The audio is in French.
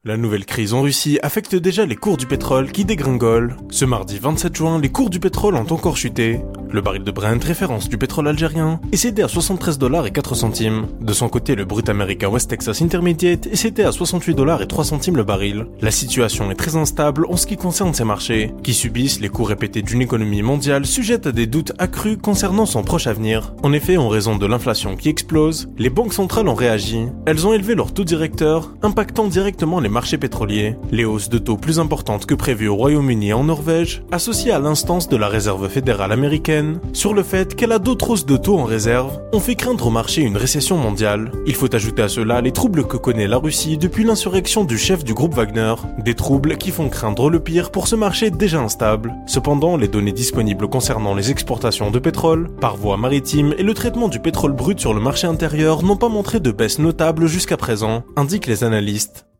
La nouvelle crise en Russie affecte déjà les cours du pétrole qui dégringolent. Ce mardi 27 juin, les cours du pétrole ont encore chuté. Le baril de Brent, référence du pétrole algérien, est cédé à 73,04$. De son côté, le brut américain West Texas Intermediate est cédé à 68,03$ le baril. La situation est très instable en ce qui concerne ces marchés, qui subissent les coups répétés d'une économie mondiale sujette à des doutes accrus concernant son proche avenir. En effet, en raison de l'inflation qui explose, les banques centrales ont réagi. Elles ont élevé leur taux directeur, impactant directement les marchés pétroliers. Les hausses de taux plus importantes que prévues au Royaume-Uni et en Norvège, associées à l'instance de la Réserve fédérale américaine, sur le fait qu'elle a d'autres hausses de taux en réserve, ont fait craindre au marché une récession mondiale. Il faut ajouter à cela les troubles que connaît la Russie depuis l'insurrection du chef du groupe Wagner, des troubles qui font craindre le pire pour ce marché déjà instable. Cependant, les données disponibles concernant les exportations de pétrole, par voie maritime et le traitement du pétrole brut sur le marché intérieur n'ont pas montré de baisse notable jusqu'à présent, indiquent les analystes.